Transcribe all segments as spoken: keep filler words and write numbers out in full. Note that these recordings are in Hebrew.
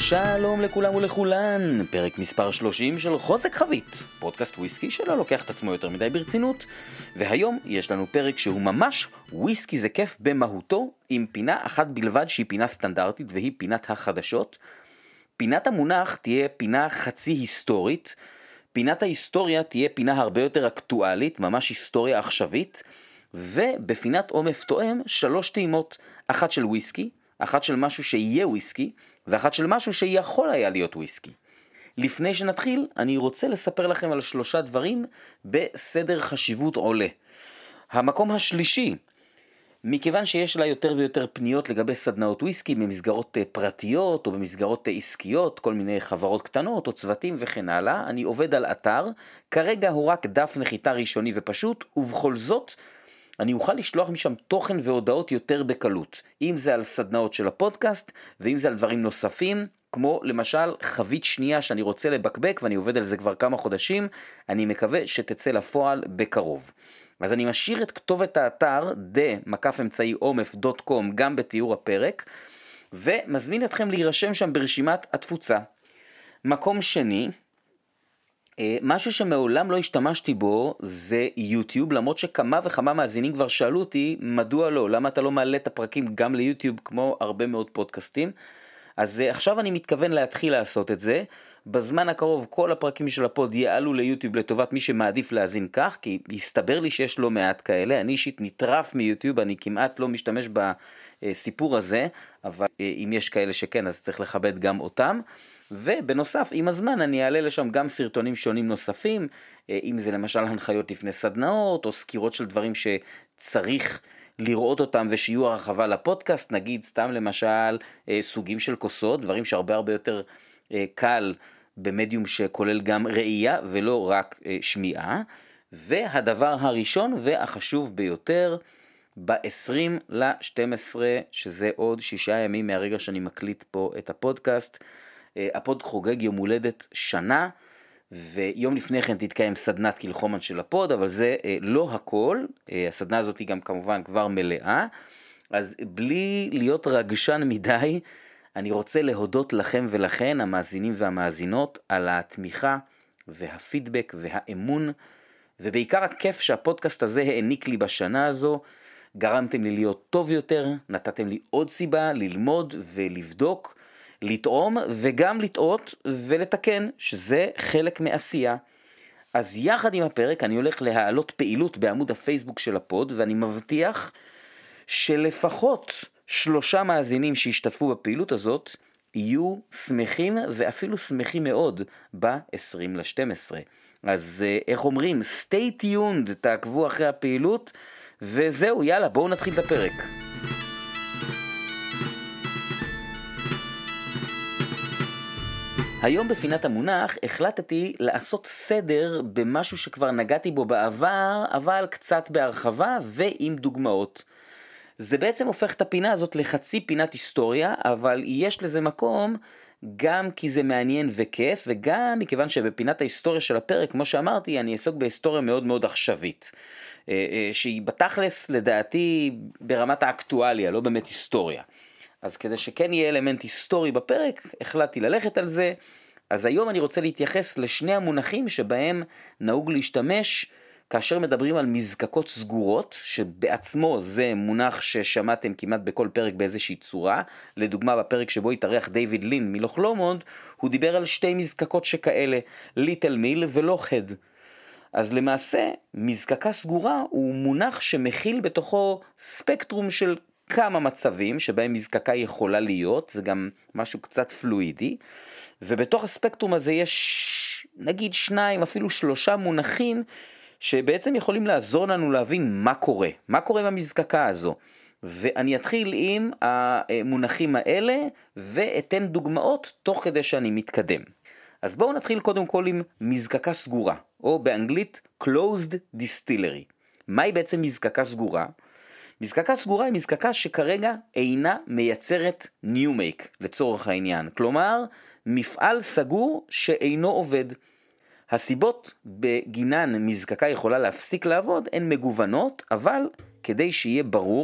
שלום לכולם ולכולן, פרק מספר שלושים של חוזק חבית, פודקאסט וויסקי שלא לוקח את עצמו יותר מדי ברצינות, והיום יש לנו פרק שהוא ממש וויסקי זה כיף במהותו, עם פינה אחת בלבד שהיא פינה סטנדרטית והיא פינת החדשות. פינת המונח תהיה פינה חצי היסטורית, פינת ההיסטוריה תהיה פינה הרבה יותר אקטואלית, ממש היסטוריה עכשווית, ובפינת עומף תואם שלוש טעימות, אחת של וויסקי, אחת של משהו שיהיה וויסקי, ואחת של משהו שיכול היה להיות וויסקי. לפני שנתחיל, אני רוצה לספר לכם על שלושה דברים בסדר חשיבות עולה. המקום השלישי, מכיוון שיש לה יותר ויותר פניות לגבי סדנאות וויסקי במסגרות פרטיות או במסגרות עסקיות, כל מיני חברות קטנות או צוותים וכן הלאה, אני עובד על אתר, כרגע הוא רק דף נחיתה ראשוני ופשוט, ובכל זאת אני אוכל לשלוח משם תוכן והודעות יותר בקלות, אם זה על סדנאות של הפודקאסט, ואם זה על דברים נוספים, כמו למשל חבית שנייה שאני רוצה לבקבק, ואני עובד על זה כבר כמה חודשים, אני מקווה שתצא לפועל בקרוב. אז אני משאיר את כתובת האתר דה מקף אמצעי עומף דוט קום גם בתיאור הפרק, ומזמין אתכם להירשם שם ברשימת התפוצה. מקום שני, משהו שמעולם לא השתמשתי בו זה יוטיוב, למרות שכמה וכמה מאזינים כבר שאלו אותי מדוע לא, למה אתה לא מעלה את הפרקים גם ליוטיוב כמו הרבה מאוד פודקאסטים. אז עכשיו אני מתכוון להתחיל לעשות את זה. בזמן הקרוב כל הפרקים של הפוד יעלו ליוטיוב לטובת מי שמעדיף להאזין כך, כי הסתבר לי שיש לא מעט כאלה, אני אישית נטרף מיוטיוב, אני כמעט לא משתמש בסיפור הזה, אבל אם יש כאלה שכן אז צריך לכבד גם אותם. ובנוסף, עם הזמן אני אעלה לשם גם סרטונים שונים נוספים, אם זה למשל הנחיות לפני סדנאות, או סקירות של דברים שצריך לראות אותם ושיהיו הרחבה לפודקאסט, נגיד סתם למשל סוגים של כוסות, דברים שהרבה הרבה יותר קל במדיום שכולל גם ראייה ולא רק שמיעה. והדבר הראשון והחשוב ביותר, ב-עשרים לשתים עשרה, שזה עוד שישה ימים מהרגע שאני מקליט פה את הפודקאסט, הפוד חוגג יום הולדת שנה, ויום לפני כן תתקיים סדנת קילחומן של הפוד, אבל זה לא הכל, הסדנה הזאת היא גם כמובן כבר מלאה, אז בלי להיות רגשן מדי, אני רוצה להודות לכם ולכן, המאזינים והמאזינות, על התמיכה והפידבק והאמון, ובעיקר הכיף שהפודקאסט הזה העניק לי בשנה הזו, גרמתם לי להיות טוב יותר, נתתם לי עוד סיבה ללמוד ולבדוק, לטעום וגם לטעות ולתקן, שזה חלק מעשייה. אז יחד עם הפרק אני הולך להעלות פעילות בעמוד הפייסבוק של הפוד, ואני מבטיח שלפחות שלושה מאזינים שהשתתפו בפעילות הזאת יהיו שמחים ואפילו שמחים מאוד ב-עשרים לשתים עשרה. אז איך אומרים? stay tuned, תעקבו אחרי הפעילות, וזהו, יאללה, בואו נתחיל את הפרק. היום בפינת המונח החלטתי לעשות סדר במשהו שכבר נגעתי בו בעבר, אבל קצת בהרחבה ועם דוגמאות. זה בעצם הופך את הפינה הזאת לחצי פינת היסטוריה, אבל יש לזה מקום גם כי זה מעניין וכיף, וגם מכיוון שבפינת ההיסטוריה של הפרק, כמו שאמרתי, אני אעסוק בהיסטוריה מאוד מאוד עכשווית, שהיא בתכלס לדעתי ברמת האקטואליה, לא באמת היסטוריה. אז כדי שכן יהיה אלמנט היסטורי בפרק, החלטתי ללכת על זה. אז היום אני רוצה להתייחס לשני המונחים שבהם נהוג להשתמש כאשר מדברים על מזקקות סגורות, שבעצמו זה מונח ששמעתם כמעט בכל פרק באיזושהי צורה. לדוגמה, בפרק שבו התארח דיוויד לין מלוך לומונד, הוא דיבר על שתי מזקקות שכאלה, ליטל מיל ולוקהד. אז למעשה, מזקקה סגורה הוא מונח שמכיל בתוכו ספקטרום של כמה מצבים שבהם מזקקה יכולה להיות, זה גם משהו קצת פלואידי, ובתוך הספקטרום הזה יש נגיד שניים, אפילו שלושה מונחים, שבעצם יכולים לעזור לנו להבין מה קורה, מה קורה במזקקה הזו. ואני אתחיל עם המונחים האלה, ואתן דוגמאות תוך כדי שאני מתקדם. אז בואו נתחיל קודם כל עם מזקקה סגורה, או באנגלית closed distillery. מהי בעצם מזקקה סגורה? מזקקה סגורה היא מזקקה שכרגע אינה מייצרת new make לצורך העניין. כלומר, מפעל סגור שאינו עובד. הסיבות בגינן מזקקה יכולה להפסיק לעבוד הן מגוונות, אבל כדי שיהיה ברור,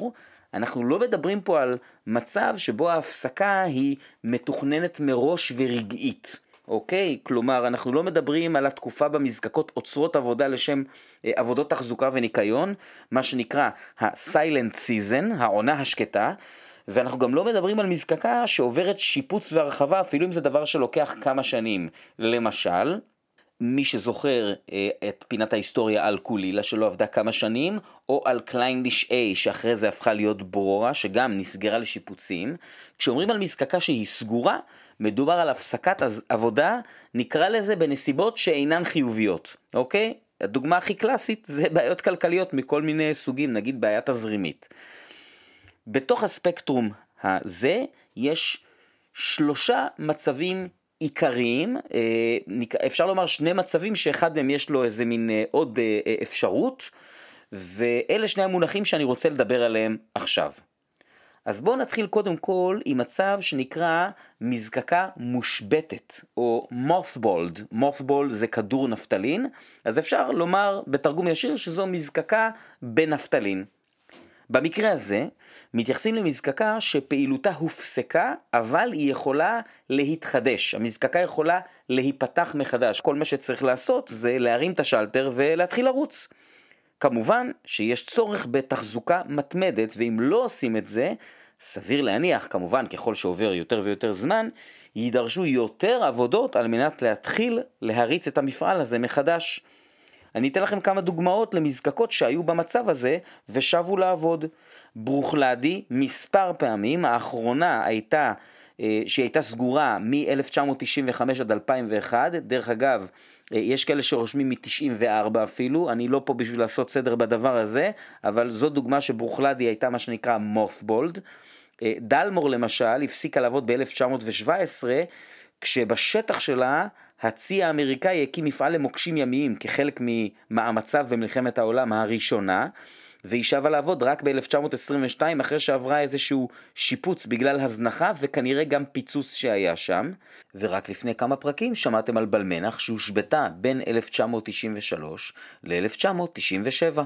אנחנו לא מדברים פה על מצב שבו ההפסקה היא מתוכננת מראש ורגעית. אוקיי? כלומר, אנחנו לא מדברים על התקופה במזקקות עוצרות עבודה לשם אה, עבודות תחזוקה וניקיון, מה שנקרא ה-silent season, העונה השקטה, ואנחנו גם לא מדברים על מזקקה שעוברת שיפוץ והרחבה, אפילו אם זה דבר שלוקח כמה שנים. למשל, מי שזוכר אה, את פינת ההיסטוריה על קולילה שלא עבדה כמה שנים, או על קליינדיש A שאחרי זה הפכה להיות ברורה, שגם נסגרה לשיפוצים. כשאומרים על מזקקה שהיא סגורה, מדובר על הפסקת עבודה, נקרא לזה בנסיבות שאינן חיוביות, אוקיי? הדוגמה הכי קלאסית זה בעיות כלכליות מכל מיני סוגים, נגיד בעיה תזרימית. בתוך הספקטרום הזה יש שלושה מצבים עיקריים, אפשר לומר שני מצבים שאחד מהם יש לו איזה מין עוד אפשרות, ואלה שני המונחים שאני רוצה לדבר עליהם עכשיו. אז בואו נתחיל קודם כל עם מצב שנקרא מזקקה מושבתת, או mothballed. mothball זה כדור נפטלין, אז אפשר לומר בתרגום ישיר שזו מזקקה בנפטלין. במקרה הזה מתייחסים למזקקה שפעילותה הופסקה, אבל היא יכולה להתחדש. המזקקה יכולה להיפתח מחדש. כל מה שצריך לעשות זה להרים את השלטר ולהתחיל לרוץ. כמובן שיש צורך בתחזוקה מתמדת, ואם לא עושים את זה, סביר להניח, כמובן ככל שעובר יותר ויותר זמן, יידרשו יותר עבודות על מנת להתחיל להריץ את המפעל הזה מחדש. אני אתן לכם כמה דוגמאות למזקקות שהיו במצב הזה ושבו לעבוד. ברוכלדי מספר פעמים, האחרונה הייתה שהיא הייתה סגורה מ-אלף תשע מאות תשעים וחמש עד אלפיים ואחת, דרך אגב, יש כאלה שרושמים מ-תשעים וארבע אפילו, אני לא פה בשביל לעשות סדר בדבר הזה, אבל זו דוגמה שברוכלדי הייתה מה שנקרא mothballed. דלמור למשל הפסיקה לעבוד ב-אלף תשע מאות שבע עשרה, כשבשטח שלה הצי האמריקאי הקים מפעל למוקשים ימיים כחלק ממאמציו במלחמת העולם הראשונה, והיא שבה לעבוד רק ב-אלף תשע מאות עשרים ושתיים אחרי שעברה איזשהו שיפוץ בגלל הזנחה וכנראה גם פיצוץ שהיה שם. ורק לפני כמה פרקים שמעתם על בלמנח שהושבתה בין אלף תשע מאות תשעים ושלוש ל-אלף תשע מאות תשעים ושבע.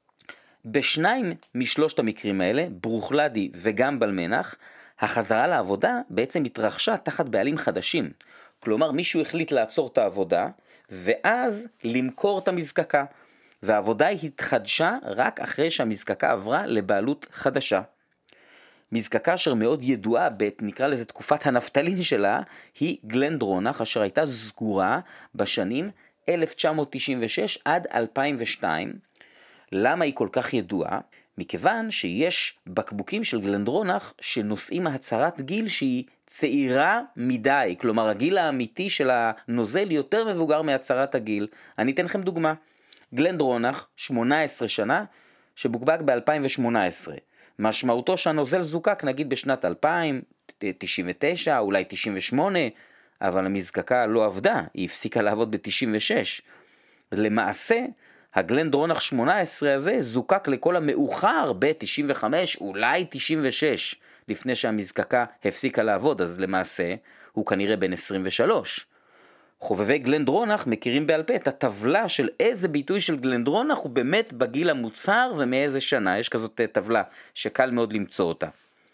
בשניים משלושת המקרים האלה, ברוכלדי וגם בלמנח, החזרה לעבודה בעצם התרחשה תחת בעלים חדשים. כלומר מישהו החליט לעצור את העבודה ואז למכור את המזקקה. והעבודה התחדשה רק אחרי שהמזקקה עברה לבעלות חדשה. מזקקה אשר מאוד ידועה, נקרא לזה תקופת הנפטלין שלה, היא גלנדרונח, אשר הייתה סגורה בשנים אלף תשע מאות תשעים ושש עד אלפיים ושתיים. למה היא כל כך ידועה? מכיוון שיש בקבוקים של גלנדרונח שנושאים הצהרת גיל שהיא צעירה מדי, כלומר הגיל האמיתי של הנוזל יותר מבוגר מהצהרת הגיל. אני אתן לכם דוגמה. גלנדרונח, שמונה עשרה שנה, שבוקבק ב-אלפיים ושמונה עשרה. משמעותו שהנוזל זוקק נגיד בשנת אלפיים, תשעים ותשע, אולי תשעים ושמונה, אבל המזקקה לא עבדה, היא הפסיקה לעבוד ב-תשעים ושש. למעשה, הגלנדרונח שמונה עשרה הזה זוקק לכל המאוחר ב-תשעים וחמש, אולי תשעים ושש, לפני שהמזקקה הפסיקה לעבוד, אז למעשה הוא כנראה בן עשרים ושלוש. חובבי גלנדרונח מכירים בעל פה את הטבלה של איזה ביטוי של גלנדרונח הוא באמת בגיל המוצהר ומאיזה שנה. יש כזאת טבלה שקל מאוד למצוא אותה.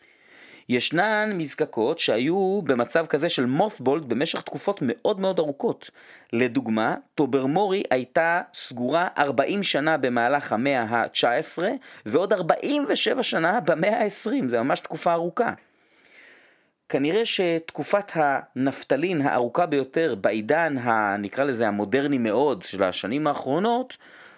ישנן מזקקות שהיו במצב כזה של mothballed במשך תקופות מאוד מאוד ארוכות. לדוגמה, טוברמורי הייתה סגורה ארבעים שנה במהלך המאה ה-תשע עשרה ועוד ארבעים ושבע שנה במאה ה-עשרים. זה ממש תקופה ארוכה. כנראה שתקופת הנפטלין הארוכה ביותר בעידן הנקרא לזה המודרני מאוד של השנים האחרונות,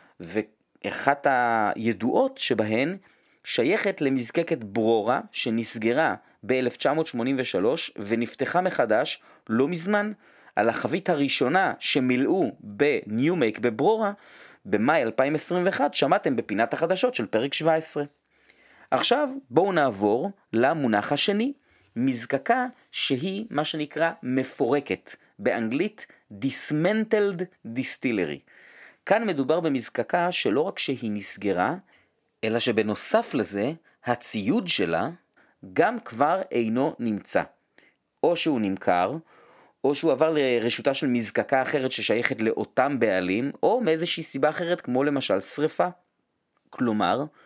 ואחת הידועות שבהן שייכת למזקקת ברורה שנסגרה ב-אלף תשע מאות שמונים ושלוש ונפתחה מחדש לא מזמן על החבית הראשונה שמילאו בניומייק בברורה במאי אלפיים עשרים ואחת. שמעתם בפינת החדשות של פרק שבע עשרה. עכשיו בואו נעבור למונח השני, מזקקה שהיא מה שנקרא מפורקת, באנגלית dismantled distillery. כאן מדובר במזקקה שלא רק שהיא נסגרה, אלא שבנוסף לזה הציוד שלה גם כבר אינו נמצא. או שהוא נמכר, או שהוא עבר לרשותה של מזקקה אחרת ששייכת לאותם בעלים, או מאיזושהי סיבה אחרת כמו למשל שריפה. כלומר,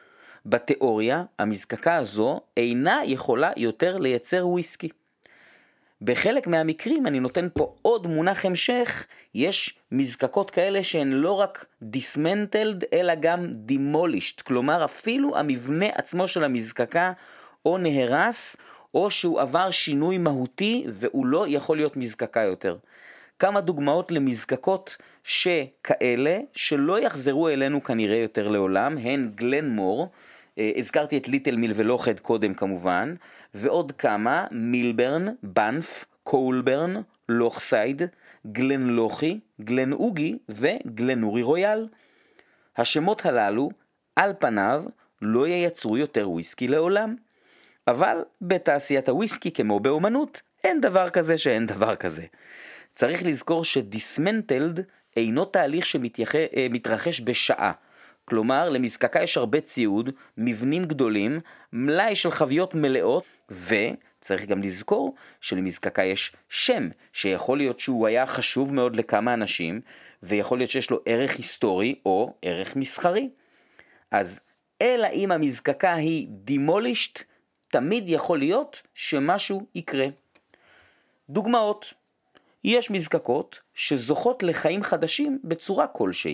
בתיאוריה, המזקקה הזו אינה יכולה יותר לייצר וויסקי. בחלק מהמקרים, אני נותן פה עוד מונח המשך, יש מזקקות כאלה שהן לא רק dismantled, אלא גם demolished, כלומר אפילו המבנה עצמו של המזקקה או נהרס, או שהוא עבר שינוי מהותי והוא לא יכול להיות מזקקה יותר. כמה דוגמאות למזקקות שכאלה, שלא יחזרו אלינו כנראה יותר לעולם, הן גלנמור, הזכרתי את ליטל מיל ולוחד קודם כמובן, ועוד כמה, מילברן, בנף, קולברן, לוכסייד, גלנלוכי, גלנאוגי וגלנורי רויאל. השמות הללו, על פניו, לא ייצרו יותר וויסקי לעולם. אבל בתעשיית הוויסקי כמו באומנות, אין דבר כזה שאין דבר כזה. צריך לזכור שדיסמנטלד אינו תהליך שמתרחש בשעה. כלומר, למזקקה יש הרבה ציוד, מבנים גדולים, מלאי של חביות מלאות, וצריך גם לזכור שלמזקקה יש שם, שיכול להיות שהוא היה חשוב מאוד לכמה אנשים, ויכול להיות שיש לו ערך היסטורי או ערך מסחרי. אז אלא אם המזקקה היא demolished, תמיד יכול להיות שמשהו יקרה. דוגמאות. יש מזקקות שזוכות לחיים חדשים בצורה כלשהי.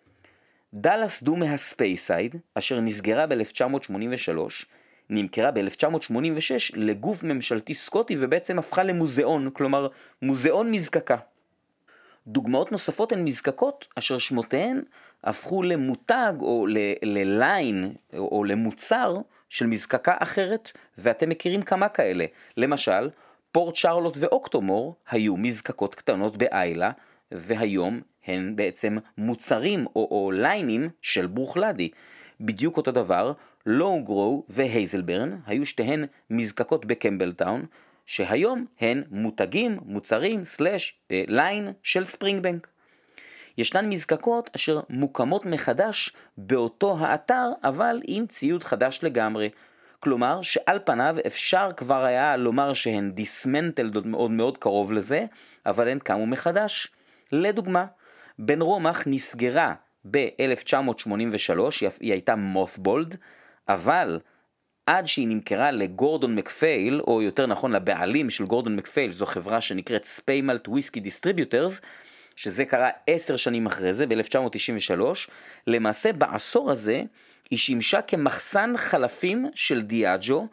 דלס דו מהספייסייד, אשר נסגרה ב-אלף תשע מאות שמונים ושלוש, נמכרה ב-אלף תשע מאות שמונים ושש לגוף ממשלתי סקוטי ובעצם הפכה למוזיאון, כלומר מוזיאון מזקקה. דוגמאות נוספות הן מזקקות אשר שמותיהן הפכו למותג או לליין או למוצר של מזקקה אחרת, ואתם מכירים כמה כאלה. למשל, פורט שרלוט ואוקטומור היו מזקקות קטנות באיילה, והיום הן בעצם מוצרים או, או ליינים של ברוכלדי. בדיוק אותו דבר, לואו גרו והייזלברן היו שתיהן מזקקות בקמבלטאון, שהיום הן מותגים, מוצרים, סלש, אה, ליין של ספרינגבנק. ישנן מזקקות אשר מוקמות מחדש באותו האתר, אבל עם ציוד חדש לגמרי. כלומר שעל פניו אפשר כבר היה לומר שהן דיסמנטלד עוד מאוד מאוד קרוב לזה, אבל הן קמו מחדש. לדוגמה, בן רומח נסגרה ב-אלף תשע מאות שמונים ושלוש, היא הייתה מות'בולד, אבל עד שהיא נמכרה לגורדון מקפייל, או יותר נכון לבעלים של גורדון מקפייל, זו חברה שנקראת ספיימלט וויסקי דיסטריביוטרס, שזה קרה עשר שנים אחרי זה, ב-אלף תשע מאות תשעים ושלוש, למעשה בעשור הזה היא שימשה כמחסן חלפים של דיאג'ו,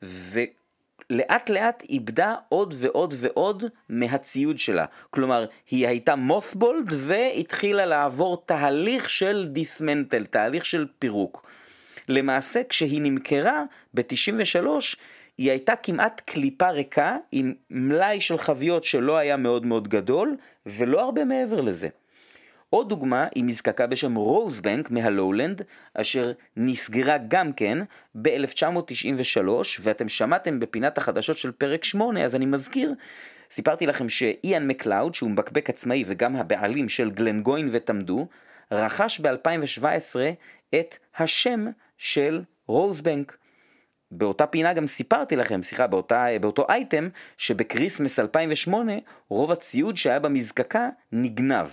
ולאט לאט איבדה עוד ועוד ועוד מהציוד שלה. כלומר, היא הייתה מות'בולד והתחילה לעבור תהליך של דיסמנטל, תהליך של פירוק. למעשה, כשהיא נמכרה ב-תשעים ושלוש, היא הייתה כמעט קליפה ריקה, עם מלאי של חביות שלא היה מאוד מאוד גדול, ולא הרבה מעבר לזה. עוד דוגמה היא מזקקה בשם רוזבנק מהלואולנד, אשר נסגרה גם כן ב-אלף תשע מאות תשעים ושלוש, ואתם שמעתם בפינת החדשות של פרק שמונה, אז אני מזכיר, סיפרתי לכם שאיאן מקלאוד, שהוא מבקבק עצמאי וגם הבעלים של גלנגוין ותמדו, רכש ב-אלפיים שבע עשרה את השם של רוזבנק. באותה פינה גם סיפרתי לכם, סליחה, באותה, באותו אייטם, שבקריסמס אלפיים ושמונה רוב הציוד שהיה במזקקה נגנב.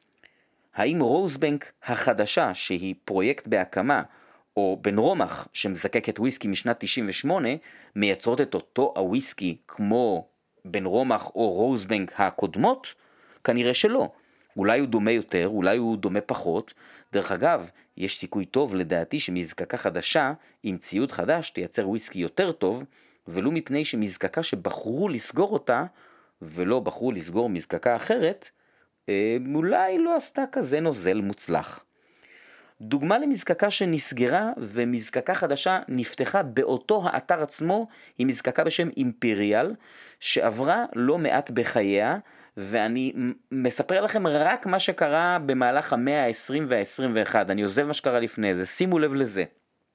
האם רוזבנק החדשה, שהיא פרויקט בהקמה, או בן רומח שמזקקת וויסקי משנת תשעים ושמונה, מייצרות את אותו הוויסקי כמו בן רומח או רוזבנק הקודמות? כנראה שלא. אולי הוא דומה יותר, אולי הוא דומה פחות. דרך אגב, יש סיכוי טוב לדעתי שמזקקה חדשה עם ציוד חדש תייצר וויסקי יותר טוב, ולו מפני שמזקקה שבחרו לסגור אותה ולא בחרו לסגור מזקקה אחרת, אולי לא עשתה כזה נוזל מוצלח. דוגמה למזקקה שנסגרה ומזקקה חדשה נפתחה באותו האתר עצמו, היא מזקקה בשם אימפריאל, שעברה לא מעט בחייה, ואני מספר לכם רק מה שקרה במהלך המאה ה-עשרים וה-עשרים ואחת, אני עוזב מה שקרה לפני זה, שימו לב לזה.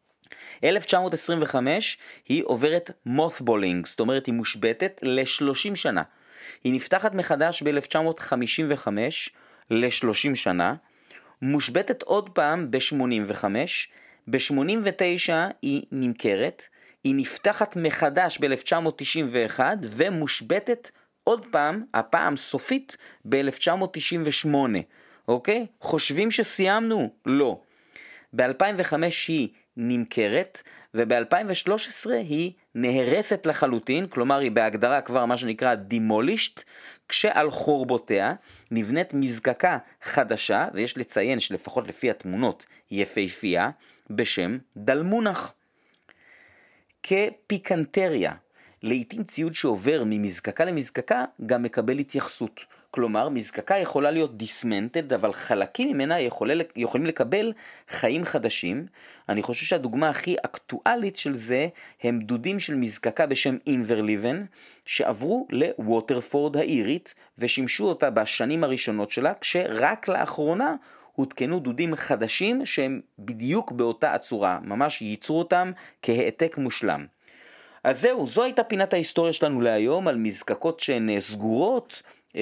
אלף תשע מאות עשרים וחמש היא עוברת mothballing, זאת אומרת היא מושבתת ל-שלושים שנה. היא נפתחת מחדש ב-אלף תשע מאות חמישים וחמש ל-שלושים שנה, מושבתת עוד פעם ב-שמונים וחמש, ב-שמונים ותשע היא נמכרת, היא נפתחת מחדש ב-אלף תשע מאות תשעים ואחת ומושבתת עוד פעם, הפעם סופית, ב-אלף תשע מאות תשעים ושמונה. אוקיי? חושבים שסיימנו? לא. ב-אלפיים וחמש היא נמכרת, וב-אלפיים ושלוש עשרה היא נהרסת לחלוטין, כלומר היא בהגדרה כבר מה שנקרא demolished, כשעל חורבותיה נבנית מזקקה חדשה, ויש לציין שלפחות לפי התמונות יפהפייה, בשם דלמונח. כפיקנטריה, לעתים ציוד שעובר ממזקקה למזקקה גם מקבל התייחסות. כלומר, מזקקה יכולה להיות דיסמנטד, אבל חלקים ממנה יכולים, יכולים לקבל חיים חדשים. אני חושב שהדוגמה הכי אקטואלית של זה הם דודים של מזקקה בשם אינברליבן, שעברו לווטרפורד האירית ושימשו אותה בשנים הראשונות שלה, כשרק לאחרונה הותקנו דודים חדשים שהם בדיוק באותה הצורה, ממש ייצרו אותם כהעתק מושלם. אז זהו, זו הייתה פינת ההיסטוריה שלנו להיום, על מזקקות שהן סגורות,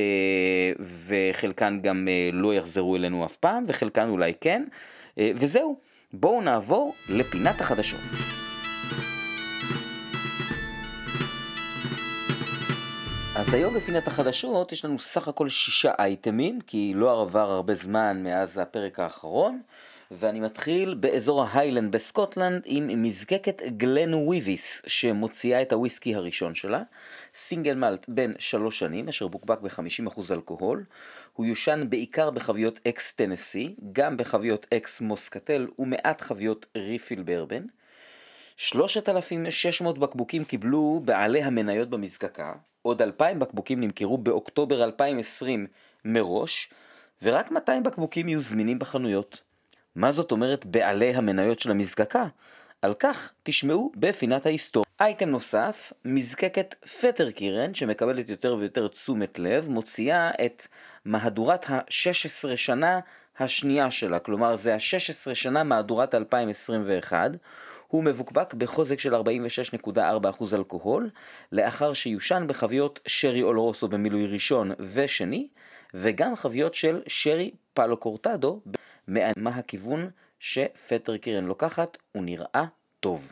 וחלקן גם לא יחזרו אלינו אף פעם, וחלקן אולי כן, וזהו, בואו נעבור לפינת החדשות. אז היום בפינת החדשות יש לנו סך הכל שישה אייטמים, כי לא עבר הרבה זמן מאז הפרק האחרון, ואני מתחיל באזור ההיילנד בסקוטלנד עם מזקקת גלן וויביס שמוציאה את הוויסקי הראשון שלה, סינגל מלט בין שלוש שנים אשר בוקבק ב-חמישים אחוז אלכוהול. הוא יושן בעיקר בחביות אקס טנסי, גם בחביות אקס מוסקטל ומעט חביות ריפיל ברבן. שלושת אלפים ושש מאות בקבוקים קיבלו בעלי המניות במזקקה, עוד אלפיים בקבוקים נמכרו באוקטובר אלפיים ועשרים מראש, ורק מאתיים בקבוקים יהיו זמינים בחנויות. מה זאת אומרת בעלי המניות של המזקקה? על כך תשמעו בפינת ההיסטוריה. אייטם נוסף, מזקקת פטרקירן שמקבלת יותר ויותר תשומת לב, מוציאה את מהדורת ה-שש עשרה שנה השנייה שלה, כלומר זה ה-שש עשרה שנה מהדורת אלפיים עשרים ואחת, הוא מבוקבק בחוזק של ארבעים ושש נקודה ארבע אחוז אלכוהול, לאחר שיושן בחביות שרי אולרוסו במילוי ראשון ושני, וגם חביות של שרי פאלו קורטדו, מה הכיוון שפטרקירן לוקחת, הוא נראה טוב.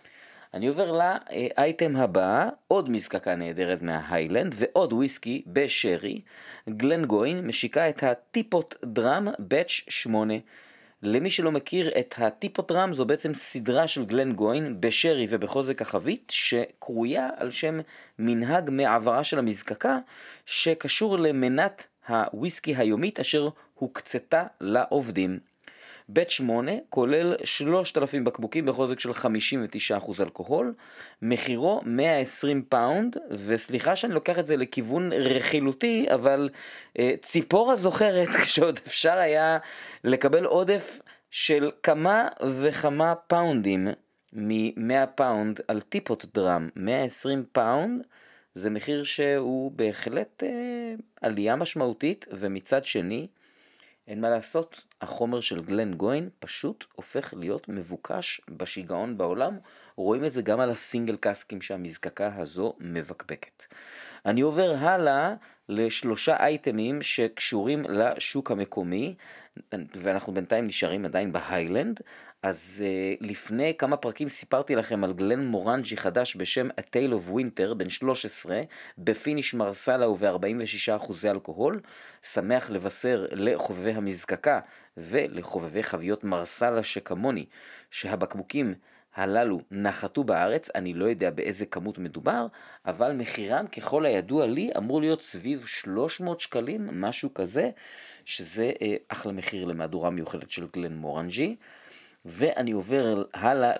אני עובר לאייטם הבא, עוד מזקקה נהדרת מההיילנד ועוד וויסקי בשרי. גלנגוין משיקה את הטיפות דראם באץ' שמונה. למי שלא מכיר את הטיפות דראם, זו בעצם סדרה של גלנגוין בשרי ובחוזק החבית, שקרויה על שם מנהג מעברה של המזקקה, שקשור למנת הוויסקי היומית אשר הוקצתה לעובדים. בית שמונה כולל שלושת אלפים בקבוקים בחוזק של חמישים ותשעה אחוז אלכוהול, מחירו מאה ועשרים פאונד, וסליחה שאני לוקח את זה לכיוון רכילותי, אבל אה, ציפורה זוכרת כשעוד אפשר היה לקבל עודף של כמה וכמה פאונדים מ-מאה פאונד על טיפות דראם. מאה ועשרים פאונד זה מחיר שהוא בהחלט אה, עלייה משמעותית, ומצד שני אין מה לעשות, החומר של גלנגוין פשוט הופך להיות מבוקש בשיגעון בעולם. רואים את זה גם על הסינגל קסקים שהמזקקה הזו מבקבקת. אני עובר הלאה לשלושה אייטמים שקשורים לשוק המקומי, ואנחנו בינתיים נשארים עדיין בהיילנד. אז uh, לפני כמה פרקים סיפרתי לכם על גלן מורנג'י חדש בשם A Tale of Winter בן שלוש עשרה, בפיניש מרסלה וב-ארבעים ושישה אחוז אלכוהול. שמח לבשר לחובבי המזקקה ולחובבי חביות מרסלה שכמוני שהבקבוקים הללו נחתו בארץ. אני לא יודע באיזה כמות מדובר, אבל מחירם ככל הידוע לי אמור להיות סביב שלוש מאות שקלים, משהו כזה, שזה אה, אחלה מחיר למהדורה מיוחדת של גלן מורנג'י. ואני עובר הלאה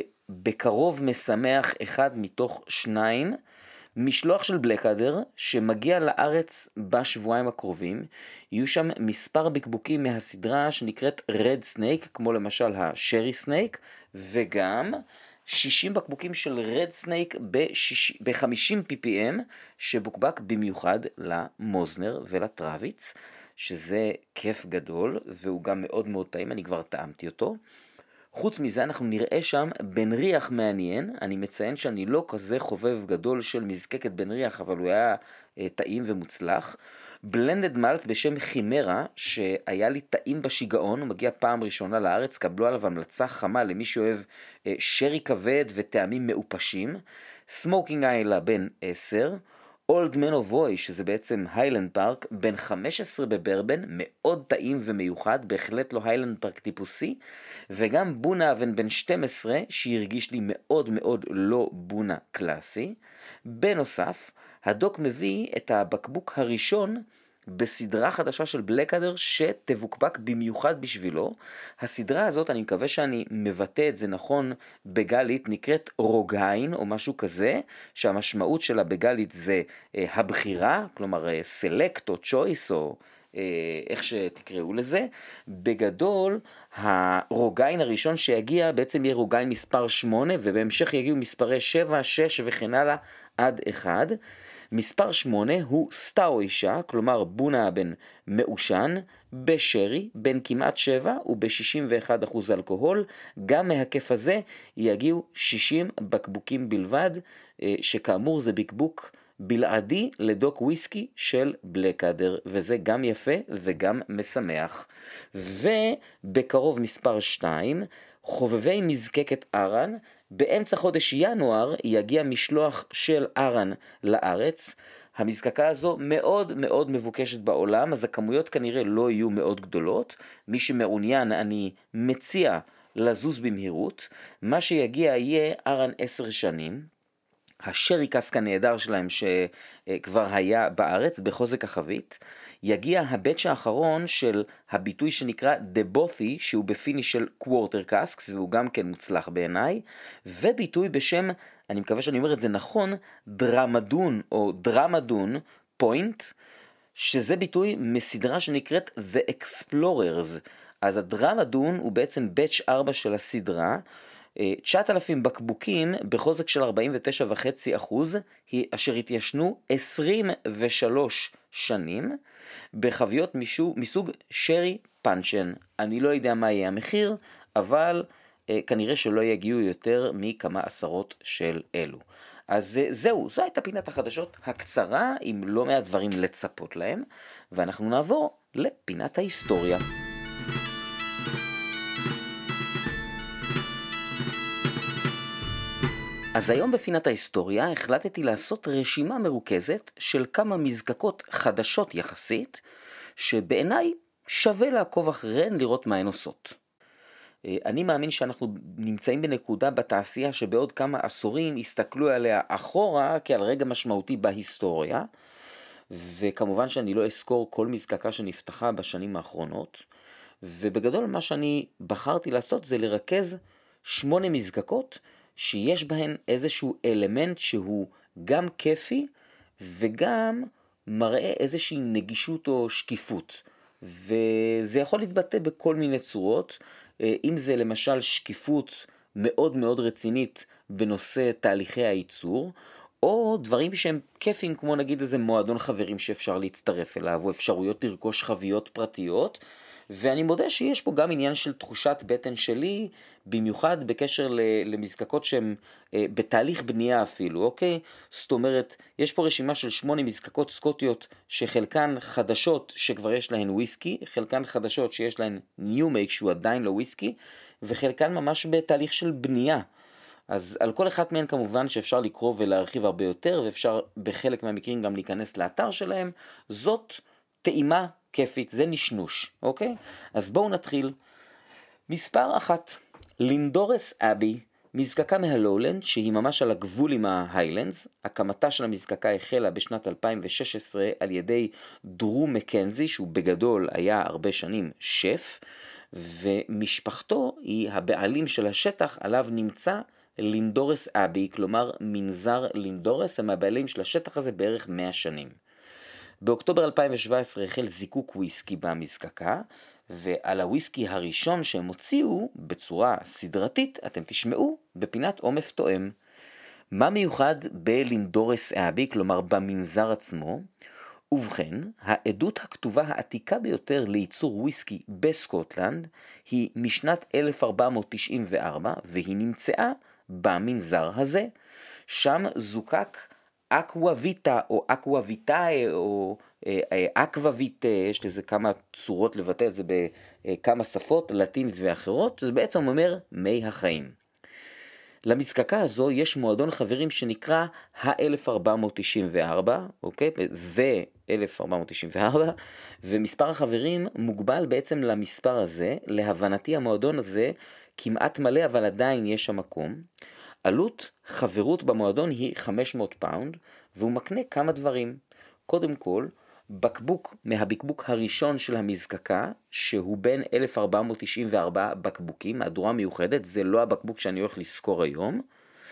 לבקרוב משמח אחד מתוך שניים, משלוח של בלקאדר שמגיע לארץ בשבועיים הקרובים. יהיו שם מספר בקבוקים מהסדרה שנקראת רד סנייק, כמו למשל השרי סנייק, וגם שישים בקבוקים של רד סנייק ב-חמישים פי פי אם שבוקבק במיוחד למוזנר ולטרוויץ, שזה כיף גדול והוא גם מאוד מאוד טעים, אני כבר טעמתי אותו. חוץ מזה אנחנו נראה שם בן ריח מעניין. אני מציין שאני לא כזה חובב גדול של מזקקת בן ריח, אבל הוא היה אה, טעים ומוצלח. בלנדד מלט בשם חימרה, שהיה לי טעים בשיגעון, הוא מגיע פעם ראשונה לארץ, קבלו עליו המלצה חמה למי שאוהב אה, שרי כבד וטעמים מאופשים. סמוקינג איילה בן עשר, Old Man of Voy, שזה בעצם היילנד פארק, בן חמש עשרה בברבן, מאוד טעים ומיוחד, בהחלט לא היילנד פארק טיפוסי, וגם בונה אבן בן שתים עשרה, שהרגיש לי מאוד מאוד לא בונה קלאסי. בנוסף, הדוק מביא את הבקבוק הראשון בסדרה חדשה של בלקאדר שתבוקבק במיוחד בשבילו. הסדרה הזאת, אני מקווה שאני מבטא את זה נכון בגלית, נקראת רוגיין או משהו כזה, שהמשמעות שלה בגלית זה אה, הבחירה, כלומר אה, סלקט או צ'ויס או אה, איך שתקראו לזה. בגדול, הרוגיין הראשון שיגיע בעצם יהיה רוגיין מספר שמונה, ובהמשך יגיעו מספרי שבע, שש וכן הלאה עד אחד. מספר שמונה הוא סטאו אישה, כלומר בונה בן מעושן, בשרי, בין כמעט שבע וב-שישים ואחד אחוז אלכוהול. גם מהכיף הזה יגיעו שישים בקבוקים בלבד, שכאמור זה בקבוק בלעדי לדוק וויסקי של בלקאדר, וזה גם יפה וגם משמח. ובקרוב מספר שתיים, חובבי מזקקת ארן, באמצע חודש ינואר יגיע משלוח של ארן לארץ. המזקקה הזו מאוד מאוד מבוקשת בעולם, אז הכמויות כנראה לא יהיו מאוד גדולות. מי שמעוניין, אני מציע לזוז במהירות. מה שיגיע יהיה ארן עשר שנים. השרי קסק הנהדר שלהם שכבר היה בארץ בחוזק החבית. יגיע הבץ' האחרון של הביטוי שנקרא דבות'י, שהוא בפיניש של קוורטר קסקס, והוא גם כן מוצלח בעיניי, וביטוי בשם, אני מקווה שאני אומר את זה נכון, דרמדון או דרמדון פוינט, שזה ביטוי מסדרה שנקראת The Explorers. אז הדרמדון הוא בעצם בץ' ארבע של הסדרה, תשעת אלפים בקבוקים בחוזק של ארבעים ותשע נקודה חמש אחוז, אשר התיישנו עשרים ושלוש שנים, בחביות משו, מסוג שרי פאנצ'ן. אני לא יודע מה יהיה המחיר, אבל אה, כנראה שלא יגיעו יותר מכמה עשרות של אלו. אז אה, זהו, זו הייתה פינת החדשות הקצרה, עם לא מעט דברים לצפות להם, ואנחנו נעבור לפינת ההיסטוריה. אז היום בפינת ההיסטוריה החלטתי לעשות רשימה מרוכזת של כמה מזקקות חדשות יחסית, שבעיניי שווה לעקוב אחריהן לראות מה הן עושות. אני מאמין שאנחנו נמצאים בנקודה בתעשייה שבעוד כמה עשורים הסתכלו עליה אחורה כעל רגע משמעותי בהיסטוריה, וכמובן שאני לא אזכור כל מזקקה שנפתחה בשנים האחרונות, ובגדול מה שאני בחרתי לעשות זה לרכז שמונה מזקקות, שיש בהן איזשהו אלמנט שהוא גם כיפי וגם מראה איזושהי נגישות או שקיפות. וזה יכול להתבטא בכל מיני צורות, אם זה למשל שקיפות מאוד מאוד רצינית בנושא תהליכי הייצור, או דברים שהם כיפים כמו נגיד איזה מועדון חברים שאפשר להצטרף אליו, או אפשרויות לרכוש חביות פרטיות, ואני מודה שיש פה גם עניין של תחושת בטן שלי, במיוחד בקשר למזקקות שהן בתהליך בנייה אפילו, אוקיי? זאת אומרת, יש פה רשימה של שמונה מזקקות סקוטיות שחלקן חדשות שכבר יש להן וויסקי, חלקן חדשות שיש להן ניו מייק שהוא עדיין לא וויסקי, וחלקן ממש בתהליך של בנייה. אז על כל אחת מהן כמובן שאפשר לקרוא ולהרחיב הרבה יותר, ואפשר בחלק מהמקרים גם להיכנס לאתר שלהם. זאת טעימה כיפית, זה נשנוש, אוקיי? אז בואו נתחיל. מספר אחת, לינדורס אבי, מזקקה מהלולנד, שהיא ממש על הגבול עם ההיילנדס. הקמתה של המזקקה החלה בשנת אלפיים ושש עשרה על ידי דרו מקנזי, שהוא בגדול היה הרבה שנים שף, ומשפחתו היא הבעלים של השטח עליו נמצא לינדורס אבי, כלומר מנזר לינדורס, הם הבעלים של השטח הזה בערך מאה שנים. באוקטובר אלפיים שבע עשרה החל זיקוק וויסקי במזקקה, ועל הוויסקי הראשון שהם הוציאו בצורה סדרתית אתם תשמעו בפינת עומף תואם. מה מיוחד בלינדורס אבי, כלומר במנזר עצמו? ובכן, העדות הכתובה העתיקה ביותר לייצור וויסקי בסקוטלנד היא משנת אלף ארבע מאות תשעים וארבע, והיא נמצאה במנזר הזה. שם זוקק אקווה-ויטה או אקווה-ויטאי או אקווה-ויטה, יש לזה כמה צורות לבטא את זה בכמה שפות, לטינית ואחרות, זה בעצם אומר מי החיים. למזקקה הזו יש מועדון חברים שנקרא ה-אלף ארבע מאות תשעים וארבע, אוקיי? זה אלף ארבע מאות תשעים וארבע, ומספר החברים מוגבל בעצם למספר הזה. להבנתי המועדון הזה כמעט מלא, אבל עדיין יש שם מקום. עלות חברות במועדון היא חמש מאות פאונד, והוא מקנה כמה דברים. קודם כל, בקבוק מהבקבוק הראשון של המזקקה, שהוא בין אלף ארבע מאות תשעים וארבע בקבוקים, מהדורה מיוחדת, זה לא הבקבוק שאני הולך לזכור היום.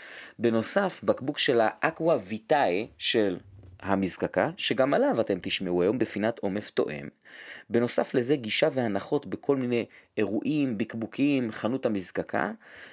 בנוסף, בקבוק של האקווה ויטאי של המזקקה, שגם עליו אתם תשמעו היום בפינת עומף תואם. בנוסף לזה, גישה והנחות בכל מיני אירועים, בקבוקים, חנות המזקקה,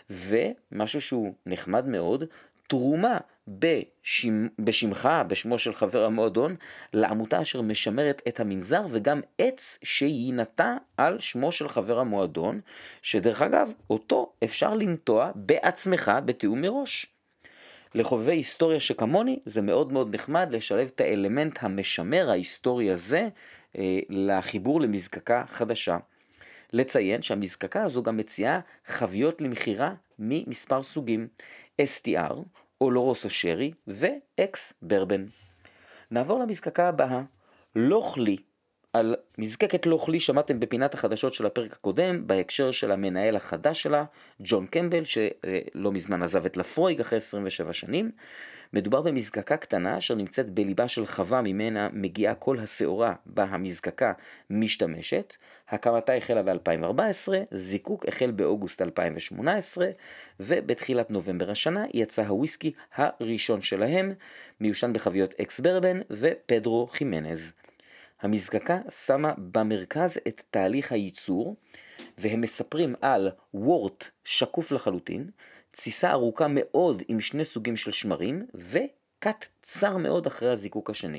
ומשהו שהוא נחמד מאוד, תרומה בשמ... בשמך, בשמו של חבר המועדון, לעמותה אשר משמרת את המנזר, וגם עץ שהיא נטע על שמו של חבר המועדון, שדרך אגב, אותו אפשר לנטוע בעצמך בתיאום מראש. לחובבי היסטוריה שכמוני, זה מאוד מאוד נחמד לשלב את האלמנט המשמר ההיסטורי הזה אה, לחיבור למזקקה חדשה. לציין שהמזקקה הזו גם מציעה חביות למחירה ממספר סוגים, אס טי אר, אולורוסו שרי ואקס ברבן. נעבור למזקקה הבאה, לוכלי. על מזקקת לוכלי שמעתם בפינת החדשות של הפרק הקודם, בהקשר של המנהל החדש שלה, ג'ון קמבל, שלא מזמן עזב את לפרויג אחרי עשרים ושבע שנים. מדובר במזקקה קטנה אשר נמצאת בליבה של חווה ממנה מגיעה כל השעורה בה המזקקה משתמשת. הקמתה החלה ב-אלפיים וארבע עשרה, זיקוק החל באוגוסט אלפיים ושמונה עשרה, ובתחילת נובמבר השנה יצא הוויסקי הראשון שלהם, מיושן בחביות אקס ברבן ופדרו חימנז. המזקקה שמה במרכז את תהליך הייצור, והם מספרים על וורט שקוף לחלוטין, תסיסה ארוכה מאוד עם שני סוגים של שמרים, וקט צר מאוד אחרי הזיקוק השני.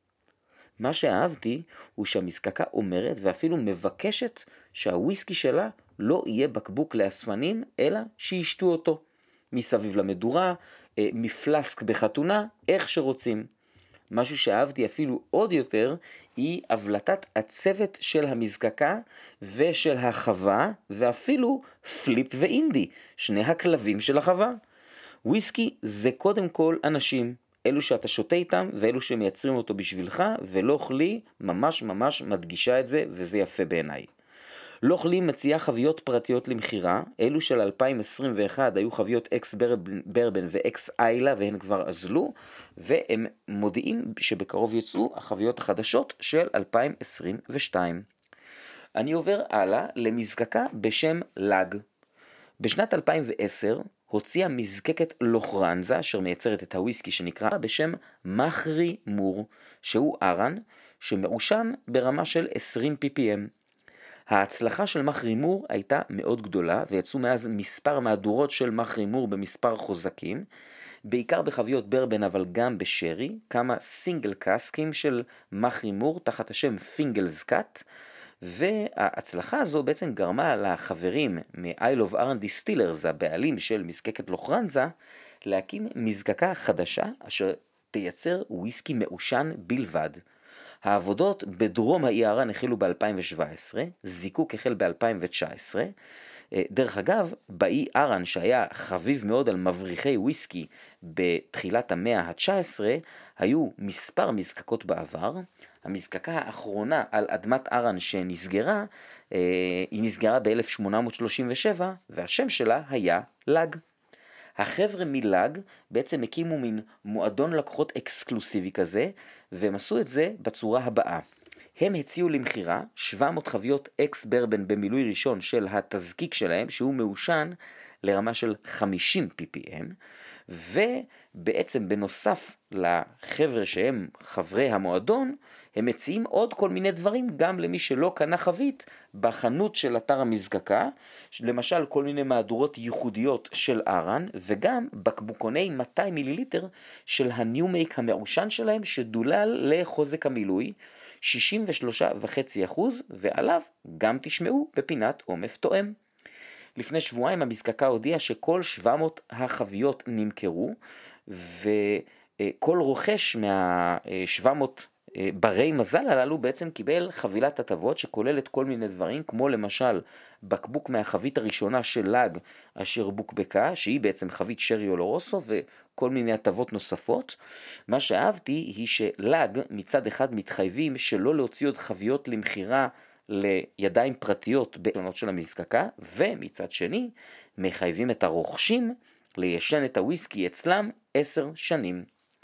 מה שאהבתי הוא שהמזקקה אומרת ואפילו מבקשת שהוויסקי שלה לא יהיה בקבוק לאספנים, אלא שישתו אותו. מסביב למדורה, מפלסק בחתונה, איך שרוצים. משהו שאהבתי אפילו עוד יותר, היא הבלטת הצוות של המזקקה ושל החווה, ואפילו פליפ ואינדי, שני הכלבים של החווה. וויסקי זה קודם כל אנשים, אלו שאתה שותה איתם ואלו שמייצרים אותו בשבילך, ולוכלי ממש ממש מדגישה את זה, וזה יפה בעיניי. לוכלי מציעה חביות פרטיות למחירה, אלו של אלפיים עשרים ואחת היו חביות אקס ברבן ואקס איילה והן כבר אזלו, והם מודיעים שבקרוב יצאו החביות החדשות של אלפיים עשרים ושתיים. אני עובר הלאה למזקקה בשם לג. בשנת אלפיים ועשר הוציאה מזקקת לוכרנזה, אשר מייצרת את הוויסקי שנקרא בשם מחרי מור, שהוא ארן שמעושן ברמה של עשרים פי פי אם. ההצלחה של מחרי מור הייתה מאוד גדולה, ויצאו מאז מספר מהדורות של מחרי מור במספר חוזקים, בעיקר בחביות ברבן אבל גם בשרי, כמה סינגל קאסקים של מחרי מור תחת השם פינגלס קאט, וההצלחה הזו בעצם גרמה לחברים מ-Isle of Arran Distillers, הבעלים של מזקקת לוכרנזה, להקים מזקקה חדשה אשר תייצר וויסקי מעושן בלבד. העבודות בדרום האי ערן החלו ב-אלפיים ושבע עשרה, זיקוק החל ב-אלפיים ותשע עשרה. דרך אגב, באי ערן שהיה חביב מאוד על מבריחי וויסקי בתחילת המאה ה-תשע עשרה, היו מספר מזקקות בעבר. המזקקה האחרונה על אדמת ערן שנסגרה, היא נסגרה ב-אלף שמונה מאות שלושים ושבע, והשם שלה היה לג. החבר'ה מלג בעצם הקימו מין מועדון לקוחות אקסקלוסיבי כזה, והם עשו את זה בצורה הבאה. הם הציעו למחירה שבע מאות חביות אקס ברבן במילוי ראשון של התזקיק שלהם, שהוא מעושן לרמה של חמישים פי פי אם, ובעצם בנוסף לחבר'ה שהם חברי המועדון, הם מציעים עוד כל מיני דברים גם למי שלא קנה חבית בחנות של אתר המזקקה, למשל כל מיני מהדורות ייחודיות של ארן, וגם בקבוקוני מאתיים מיליליטר של הניומייק המעושן שלהם, שדולל לחוזק המילוי שישים ושלושה נקודה חמש אחוז, ועליו גם תשמעו בפינת עומף תואם. לפני שבועיים המזקקה הודיעה שכל שבע מאות החביות נמכרו, וכל רוכש מה-שבע מאות ברי מזל הללו בעצם קיבל חבילת הטבות שכוללת כל מיני דברים, כמו למשל בקבוק מהחבית הראשונה של לאג אשר בוקבקה, שהיא בעצם חבית שרי אולורוסו, וכל מיני הטבות נוספות. מה שאהבתי היא שלאג מצד אחד מתחייבים שלא להוציא עוד חביות למחירה לידיים פרטיות בעונות של המזקקה, ומצד שני מחייבים את הרוכשים ליישן את הוויסקי אצלם עשר שנים.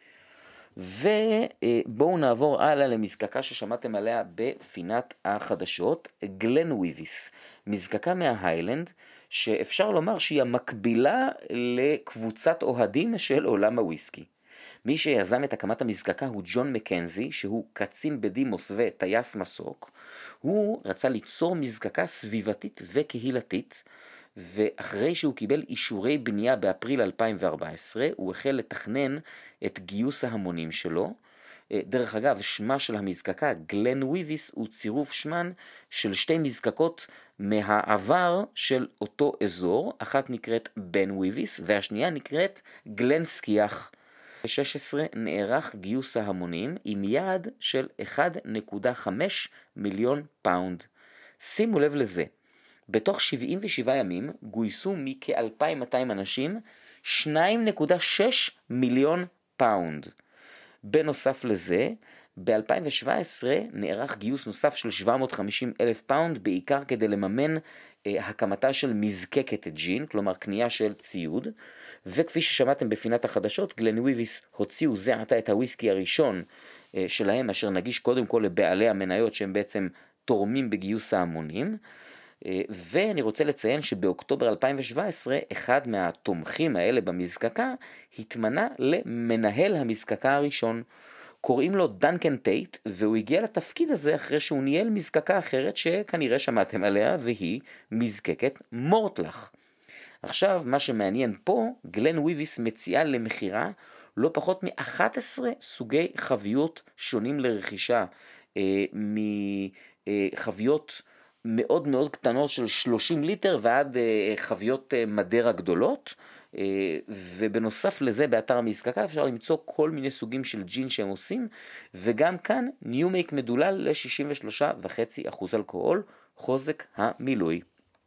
ובואו נעבור הלאה למזקקה ששמעתם עליה בפינת החדשות, גלנוויביס, מזקקה מההיילנד, שאפשר לומר שהיא המקבילה לקבוצת אוהדים של עולם הוויסקי. מי שיזם את הקמת המזקקה הוא ג'ון מקנזי, שהוא קצין בדימוס וטייס מסוק. הוא רצה ליצור מזקקה סביבתית וקהילתית, ואחרי שהוא קיבל אישורי בנייה באפריל אלפיים וארבע עשרה, הוא החל לתכנן את גיוס ההמונים שלו. דרך אגב, שמה של המזקקה, גלנוויביס, הוא צירוף שמן של שתי מזקקות מהעבר של אותו אזור. אחת נקראת בנוויביס והשנייה נקראת גלנסקיח. ב-שש עשרה נערך גיוס ההמונים עם יעד של אחד נקודה חמש מיליון פאונד. שימו לב לזה. בתוך שבעים ושבעה ימים גויסו מכ-אלפיים ומאתיים אנשים שתיים נקודה שש מיליון פאונד. בנוסף לזה, ב-אלפיים ושבע עשרה נערך גיוס נוסף של שבע מאות וחמישים אלף פאונד, בעיקר כדי לממן אה, הקמתה של מזקקת ג'ין, כלומר קנייה של ציוד, וכפי ששמעתם בפינת החדשות, גלנוויביס הוציאו זה עתה את הוויסקי הראשון אה, שלהם, אשר נגיש קודם כל לבעלי המניות שהם בעצם תורמים בגיוס ההמונים. ואני רוצה לציין שבאוקטובר אלפיים ושבע עשרה אחד מהתומכים האלה במזקקה התמנה למנהל המזקקה הראשון. קוראים לו דנקן טייט, והוא הגיע לתפקיד הזה אחרי שהוא ניהל מזקקה אחרת שכנראה שמעתם עליה, והיא מזקקת מורטלח. עכשיו מה שמעניין פה, גלנוויביס מציעה למחירה לא פחות מ-אחד עשר סוגי חביות שונים לרכישה, אה, מחביות מאוד מאוד קטנות של שלושים ליטר ועד אה, חביות אה, מדרה גדולות, אה, ובנוסף לזה באתר המזקקה אפשר למצוא כל מיני סוגים של ג'ין שהם עושים, וגם כאן ניומייק מדולל ל-שישים ושלושה נקודה חמש אחוז אלכוהול, חוזק המילוי.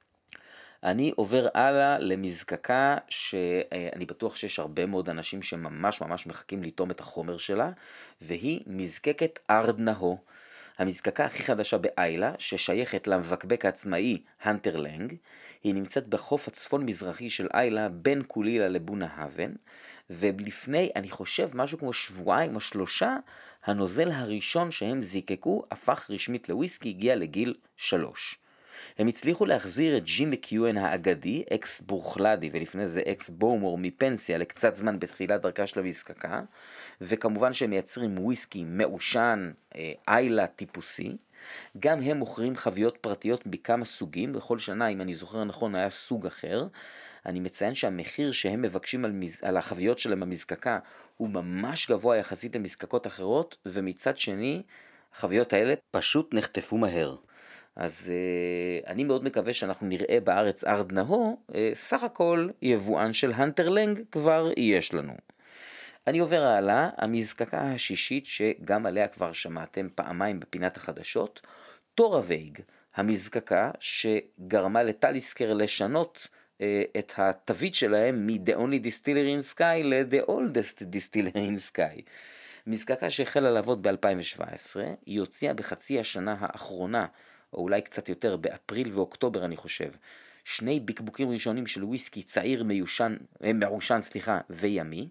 אני עובר הלאה למזקקה שאני בטוח שיש הרבה מאוד אנשים שממש ממש מחכים לטעום את החומר שלה, והיא מזקקת ארד נהו. המזקקה הכי חדשה באיילה, ששייכת למבקבק העצמאי הנטר לנג. היא נמצאת בחוף הצפון מזרחי של איילה, בין קולילה לבונה האבן, ולפני, אני חושב, משהו כמו שבועיים או שלושה, הנוזל הראשון שהם זיקקו הפך רשמית לוויסקי, הגיע לגיל שלוש. הם הצליחו להחזיר את ג'ים מקיואן האגדי, אקס בורחלדי ולפני זה אקס בומור מפנסיה לקצת זמן בתחילת דרכה של המזקקה, וכמובן שהם מייצרים וויסקי מעושן, איילה טיפוסי. גם הם מוכרים חביות פרטיות בכמה סוגים, בכל שנה אם אני זוכר נכון היה סוג אחר. אני מציין שהמחיר שהם מבקשים על, מז... על החביות שלהם במזקקה הוא ממש גבוה יחסית למזקקות אחרות, ומצד שני החביות האלה פשוט נחטפו מהר. אז uh, אני מאוד מקווה שאנחנו נראה בארץ ארד נהו, uh, סך הכל יבואן של הנטר לנג כבר יש לנו. אני עובר הלאה, המזקקה השישית שגם עליה כבר שמעתם פעמיים בפינת החדשות, טורה וייג, המזקקה שגרמה לטליסקר לשנות uh, את התווית שלהם מ-The Only Distillery in Sky ל-The Oldest Distillery in Sky. מזקקה שהחלה לעבוד ב-אלפיים שבע עשרה, היא הוציאה בחצי השנה האחרונה, או אולי קצת יותר, באפריל ואוקטובר אני חושב, שני בקבוקים ראשונים של וויסקי צעיר מיושן, מעושן סליחה, וימי.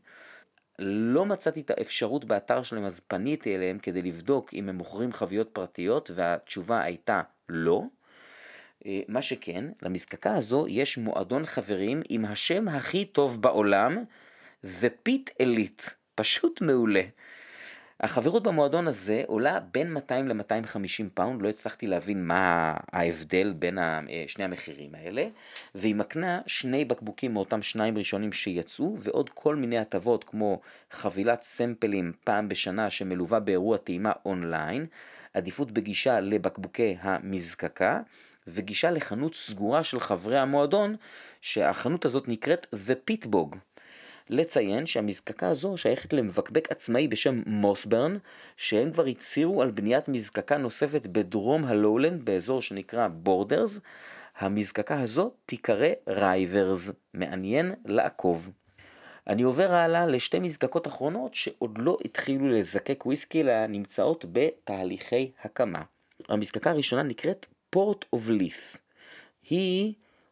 לא מצאתי את האפשרות באתר שלהם, אז פניתי אליהם כדי לבדוק אם הם מוכרים חביות פרטיות, והתשובה הייתה לא. מה שכן, למזקקה הזו יש מועדון חברים עם השם הכי טוב בעולם, ופיט אליט, פשוט מעולה. החברות במועדון הזה עולה בין מאתיים ל-מאתיים וחמישים פאונד, לא הצלחתי להבין מה ההבדל בין שני המחירים האלה, והיא מקנה שני בקבוקים מאותם שניים ראשונים שיצאו, ועוד כל מיני הטבות כמו חבילת סמפלים פעם בשנה שמלווה באירוע טעימה אונליין, עדיפות בגישה לבקבוקי המזקקה, וגישה לחנות סגורה של חברי המועדון, שהחנות הזאת נקראת The Pitbog. לציין שהמזקקה הזו שייכת למבקבק עצמאי בשם מוסברן, שהם כבר הצהירו על בניית מזקקה נוספת בדרום הלואולנד באזור שנקרא בורדרס. המזקקה הזו תיקרא רייברס, מעניין לעקוב. אני עובר הלאה לשתי מזקקות אחרונות שעוד לא התחילו לזקק וויסקי, אלא נמצאות בתהליכי הקמה. המזקקה הראשונה נקראת פורט אוף ליף. היא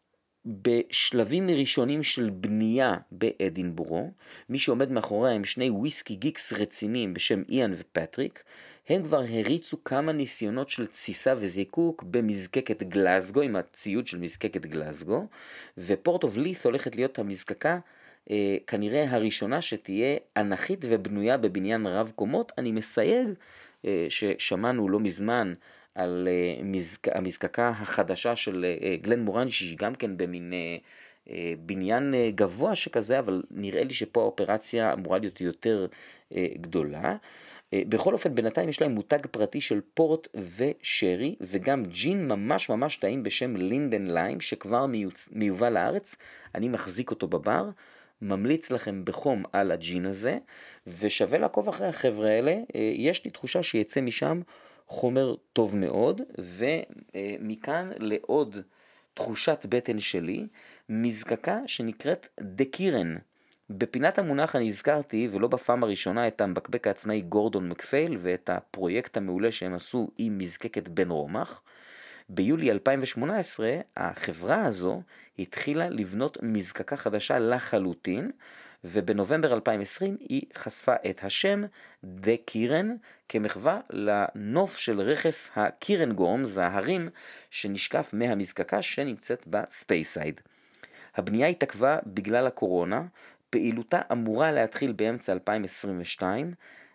בשלבים ראשונים של בנייה באדינבורו. מי שעומד מאחוריה הם שני וויסקי גיקס רציניים בשם איאן ופטריק. הם כבר הריצו כמה ניסיונות של תסיסה וזיקוק במזקקת גלסגו, עם הציוד של מזקקת גלסגו, ופורט אוף ליף הולכת להיות המזקקה אה, כנראה הראשונה שתהיה אנכית ובנויה בבניין רב קומות. אני מסייג אה, ששמענו לא מזמן על uh, מזק... המזקקה החדשה של uh, גלן מורן, שהיא גם כן במין uh, uh, בניין uh, גבוה שכזה, אבל נראה לי שפה האופרציה אמורה להיות יותר uh, גדולה. Uh, בכל אופן, בינתיים יש להם מותג פרטי של פורט ושרי, וגם ג'ין ממש ממש טעים בשם לינדן ליים, שכבר מיוצ... מיובא לארץ. אני מחזיק אותו בבר, ממליץ לכם בחום על הג'ין הזה, ושווה לעקוב אחרי החבר'ה האלה. Uh, יש לי תחושה שיצא משם חומר טוב מאוד. ומכאן לעוד תחושת בטן שלי, מזקקה שנקראת דקירן. בפינת המונח אני הזכרתי, ולא בפעם הראשונה, את המבקבק העצמאי גורדון מקפייל ואת הפרויקט המעולה שהם עשו עם מזקקת בן רומח. ביולי אלפיים שמונה עשרה החברה הזו התחילה לבנות מזקקה חדשה לחלוטין, ובנובמבר אלפיים עשרים היא חשפה את השם דקירן כמחווה לנוף של רכס הקירנגורמס, ההרים שנשקף מהמזקקה שנמצאת בספייסייד. הבנייה התעכבה בגלל הקורונה, פעילותה אמורה להתחיל באמצע אלפיים עשרים ושתיים,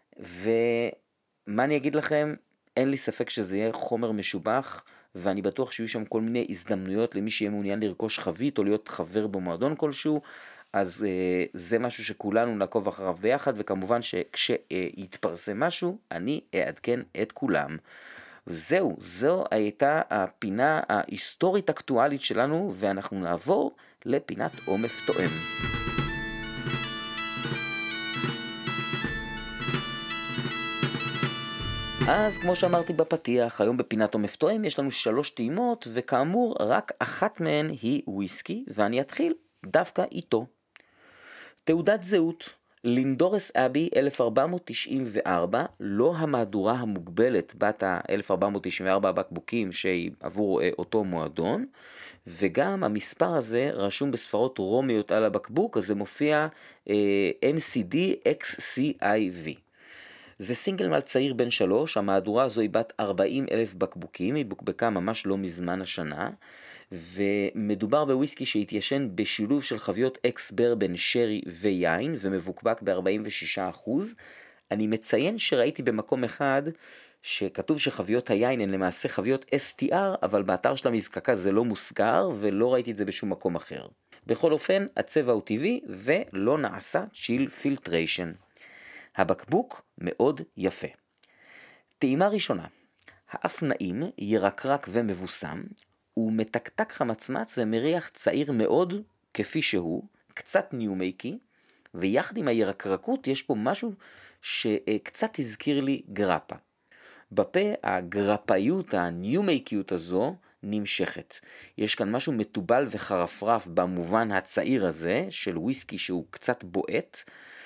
ומה אני אגיד לכם, אין לי ספק שזה יהיה חומר משובח, ואני בטוח שיהיו שם כל מיני הזדמנויות למי שיהיה מעוניין לרכוש חבית או להיות חבר במועדון כלשהו. אז uh, זה משהו שכולנו נעקוב אחריו ביחד, וכמובן שכשיתפרסם משהו אני אעדכן את כולם. זהו, זו הייתה הפינה ההיסטורית אקטואלית שלנו, ואנחנו נעבור לפינת עומף תואם. אז כמו שאמרתי בפתיח, היום בפינת עומף תואם יש לנו שלוש טעימות, וכאמור רק אחת מהן היא וויסקי, ואני אתחיל דווקא איתו. תעודת זהות, לינדורס אבי אלף ארבע מאות תשעים וארבע, לא המהדורה המוגבלת בת ה-אלף ארבע מאות תשעים וארבע בקבוקים שהיא עבור אה, אותו מועדון, וגם המספר הזה רשום בספרות רומיות על הבקבוק, אז זה מופיע אה, אם סי די אקס סי איי וי. זה סינגל מלט צעיר בן שלוש, המהדורה הזו היא בת ארבעים אלף בקבוקים, היא בוקבקה ממש לא מזמן השנה, ומדובר בוויסקי שהתיישן בשילוב של חביות אקס ברבן, שרי ויין, ומבוקבק ב-ארבעים ושישה אחוז. אני מציין שראיתי במקום אחד שכתוב שחביות היין הן למעשה חביות אס טי אר, אבל באתר של המזקקה זה לא מוזכר, ולא ראיתי את זה בשום מקום אחר. בכל אופן, הצבע הוא טבעי ולא נעשה צ'יל פילטריישן. הבקבוק מאוד יפה. טעימה ראשונה, האף נעים, ירקרק ומבוסם, הוא מתקתק חמצמץ ומריח צעיר מאוד כפי שהוא, קצת ניומייקי, ויחד עם הירקרקות יש פה משהו שקצת הזכיר לי גרפה. בפה הגרפאיות, הניומייקיות הזו נמשכת. יש כאן משהו מטובל וחרפרף במובן הצעיר הזה של וויסקי שהוא קצת בועט,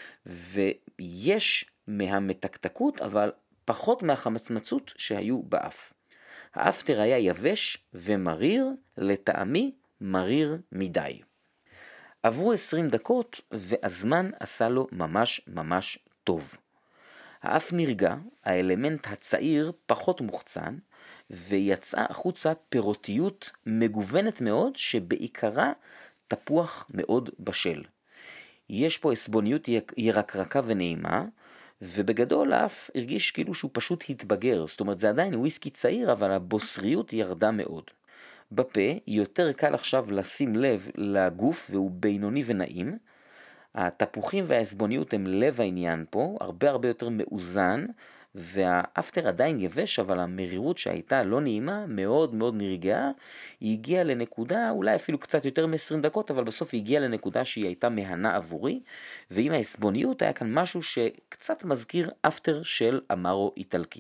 ויש מהמתקתקות אבל פחות מהחמצמצות שהיו באף. האפטר היה יבש ומריר, לטעמי מריר מדי. עברו עשרים דקות והזמן עשה לו ממש ממש טוב. האף נרגע, האלמנט הצעיר פחות מוחצן, ויצאה החוצה פירותיות מגוונת מאוד שבעיקרה תפוח מאוד בשל. יש פה הסבוניות ירקרקה ונעימה, ובגדול האף הרגיש כאילו שהוא פשוט התבגר, זאת אומרת זה עדיין וויסקי צעיר אבל הבוסריות ירדה מאוד. בפה יותר קל עכשיו לשים לב לגוף והוא בינוני ונעים, התפוחים וההסבוניות הם לב העניין פה, הרבה הרבה יותר מאוזן, והאפטר עדיין יבש, אבל המרירות שהייתה לא נעימה, מאוד מאוד נרגעה, היא הגיעה לנקודה, אולי אפילו קצת יותר מ-עשרים דקות, אבל בסוף היא הגיעה לנקודה שהיא הייתה מהנה עבורי, ועם ההסבוניות היה כאן משהו שקצת מזכיר אפטר של אמרו איטלקי.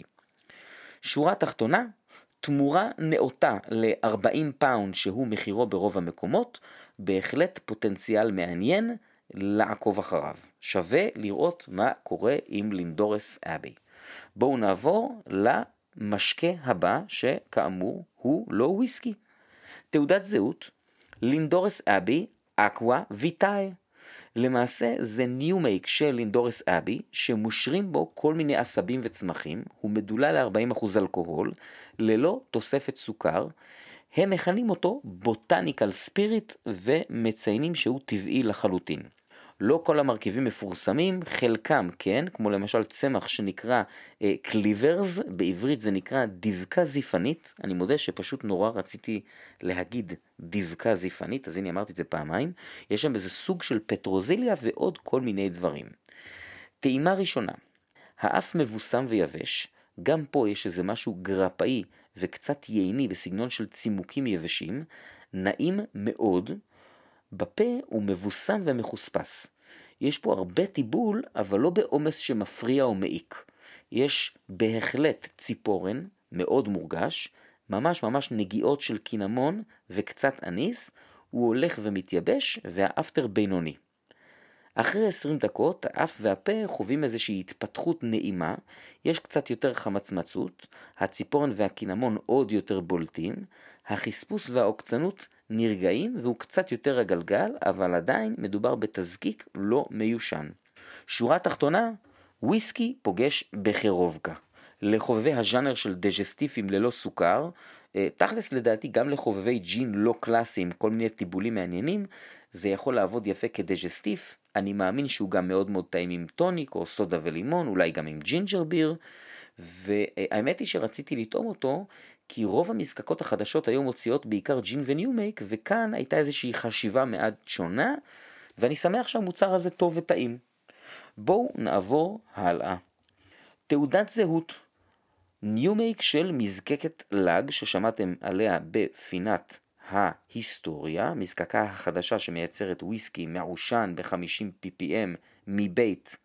שורה תחתונה, תמורה נאותה ל-ארבעים פאונד שהוא מחירו ברוב המקומות, בהחלט פוטנציאל מעניין לעקוב אחריו. שווה לראות מה קורה עם לינדורס אבי. בואו נעבור למשקה הבא שכאמור הוא לא וויסקי. תעודת זהות, לינדורס אבי אקווה ויטאי. למעשה זה ניו מייק של לינדורס אבי שמושרים בו כל מיני עשבים וצמחים, הוא מדולל ל-ארבעים אחוז אלכוהול, ללא תוספת סוכר, הם מכנים אותו בוטניקל ספיריט ומציינים שהוא טבעי לחלוטין. לא כל המרכיבים מפורסמים, חלקם כן, כמו למשל צמח שנקרא אה, קליברס, בעברית זה נקרא דבקה זיפנית, אני מודה שפשוט נורא רציתי להגיד דבקה זיפנית, אז הנה אמרתי את זה פעמיים, יש שם איזה סוג של פטרוזיליה ועוד כל מיני דברים. טעימה ראשונה, האף מבוסם ויבש, גם פה יש איזה משהו גרפאי וקצת ייני בסגנון של צימוקים יבשים, נעים מאוד, בפה הוא מבוסם ומחוספס. יש פה הרבה טיבול, אבל לא בעומס שמפריע או מעיק. יש בהחלט ציפורן, מאוד מורגש, ממש ממש נגיעות של קינמון וקצת אניס, הוא הולך ומתייבש והאפטר בינוני. אחרי עשרים דקות, האף והפה חווים איזושהי התפתחות נעימה, יש קצת יותר חמצמצות, הציפורן והקינמון עוד יותר בולטים, החספוס והעוקצנות נרגעים והוא קצת יותר הגלגל, אבל עדיין מדובר בתזקיק לא מיושן. שורה תחתונה, וויסקי פוגש בחירובקה. לחובבי הז'אנר של דג'סטיפים ללא סוכר, תכלס לדעתי גם לחובבי ג'ין לא קלאסיים, כל מיני טיבולים מעניינים, זה יכול לעבוד יפה כדג'סטיף, אני מאמין שהוא גם מאוד מאוד טעים עם טוניק או סודה ולימון, אולי גם עם ג'ינג'ר ביר, והאמת היא שרציתי לטעום אותו, כי רוב המזקקות החדשות היום מוציאות בעיקר ג'ין וניו מייק, וכאן הייתה איזושהי חשיבה מעט שונה, ואני שמח שהמוצר הזה טוב וטעים. בואו נעבור הלאה. תעודת זהות, ניו מייק של מזקקת לג, ששמעתם עליה בפינת ההיסטוריה, מזקקה החדשה שמייצרת וויסקי מעושן ב-חמישים פי פי אם מבית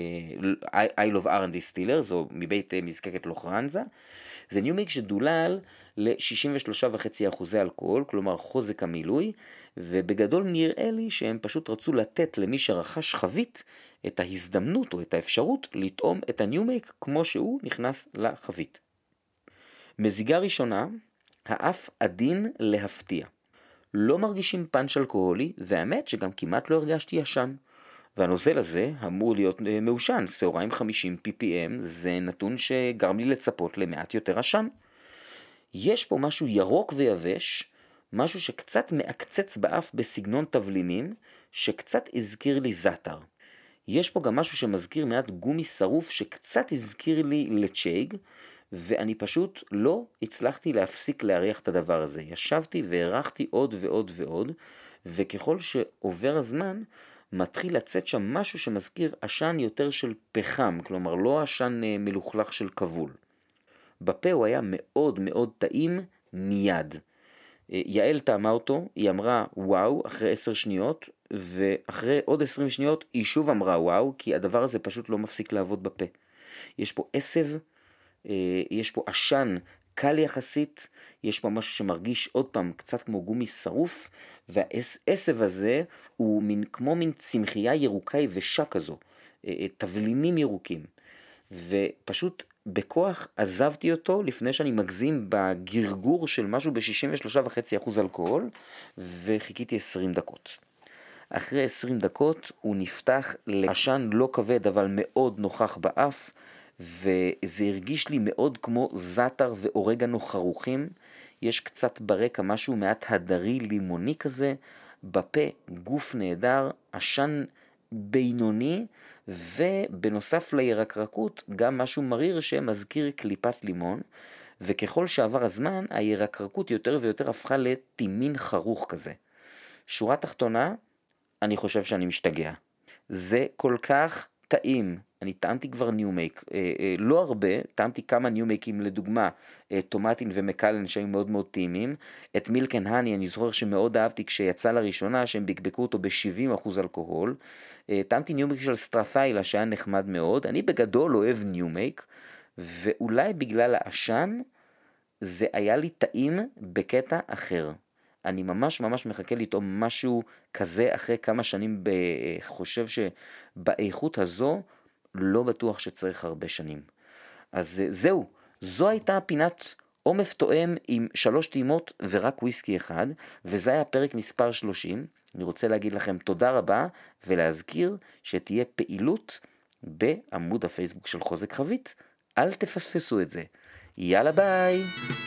Isle of Arran Distillers, או מבית מזקקת לוחרנזה. זה ניו מייק שדולל ל-שישים ושלושה נקודה חמש אחוזי אלכוהול, כלומר חוזק המילוי, ובגדול נראה לי שהם פשוט רצו לתת למי שרכש חבית את ההזדמנות או את האפשרות לטעום את הניו מייק כמו שהוא נכנס לחבית. מזיגה ראשונה, האף עדין להפתיע. לא מרגישים פאנץ' אלכוהולי, והאמת שגם כמעט לא הרגשתי ישן. והנוזל הזה אמור להיות מעושן, שעוריים חמישים פי פי אם, זה נתון שגרם לי לצפות למעט יותר עשן. יש פה משהו ירוק ויבש, משהו שקצת מעקצץ באף בסגנון תבלינים, שקצת הזכיר לי זאטר. יש פה גם משהו שמזכיר מעט גומי שרוף, שקצת הזכיר לי לצ'ייג, ואני פשוט לא הצלחתי להפסיק להריח את הדבר הזה. ישבתי והערכתי עוד ועוד ועוד, וככל שעובר הזמן, מתחיל לצאת שם משהו שמזכיר עשן יותר של פחם, כלומר לא עשן מלוכלך של כבול. בפה הוא היה מאוד מאוד טעים מיד. יעל טעמה אותו, היא אמרה וואו אחרי עשר שניות, ואחרי עוד עשרים שניות היא שוב אמרה וואו, כי הדבר הזה פשוט לא מפסיק לעבוד בפה. יש פה עשב, יש פה עשן קל יחסית, יש פה משהו שמרגיש עוד פעם קצת כמו גומי שרוף, והעשב הזה הוא מין, כמו מין צמחייה ירוקה יבשה כזו, תבלינים ירוקים, ופשוט בכוח עזבתי אותו לפני שאני מגזים בגרגור של משהו ב-שישים ושלושה נקודה חמש אחוז אלכוהול, וחיכיתי עשרים דקות. אחרי עשרים דקות הוא נפתח לעשן לא כבד אבל מאוד נוכח באף, וזה הרגיש לי מאוד כמו זאטר ואורגנו חרוכים. יש קצת ברקע משהו מעט הדרי לימוני כזה, בפה גוף נהדר, עשן בינוני, ובנוסף לירקרקות גם משהו מריר שמזכיר קליפת לימון, וככל שעבר הזמן הירקרקות יותר ויותר הפכה לטימין חרוך כזה. שורה תחתונה, אני חושב שאני משתגע. זה כל כך טעים אני טעמתי כבר ניומייק, אה, אה, לא הרבה, טעמתי כמה ניומייקים, לדוגמה, אה, טומטין ומקלן שהיו מאוד מאוד טעימים, את מילק אנד הני אני זוכר שמאוד אהבתי כשיצא לראשונה, שהם בקבקו אותו ב-שבעים אחוז אלכוהול, אה, טעמתי ניומייק של סטרפיילה שהיה נחמד מאוד, אני בגדול אוהב ניומייק, ואולי בגלל העשן, זה היה לי טעים בקטע אחר. אני ממש ממש מחכה לטעום משהו כזה אחרי כמה שנים, חושב שבאיכות הזו לא בטוח שצריך הרבה שנים. אז זהו, זו הייתה פינת עומף תואם עם שלוש טעימות ורק וויסקי אחד, וזה היה פרק מספר שלושים. אני רוצה להגיד לכם תודה רבה, ולהזכיר שתהיה פעילות בעמוד הפייסבוק של חוזק חבית. אל תפספסו את זה. יאללה ביי!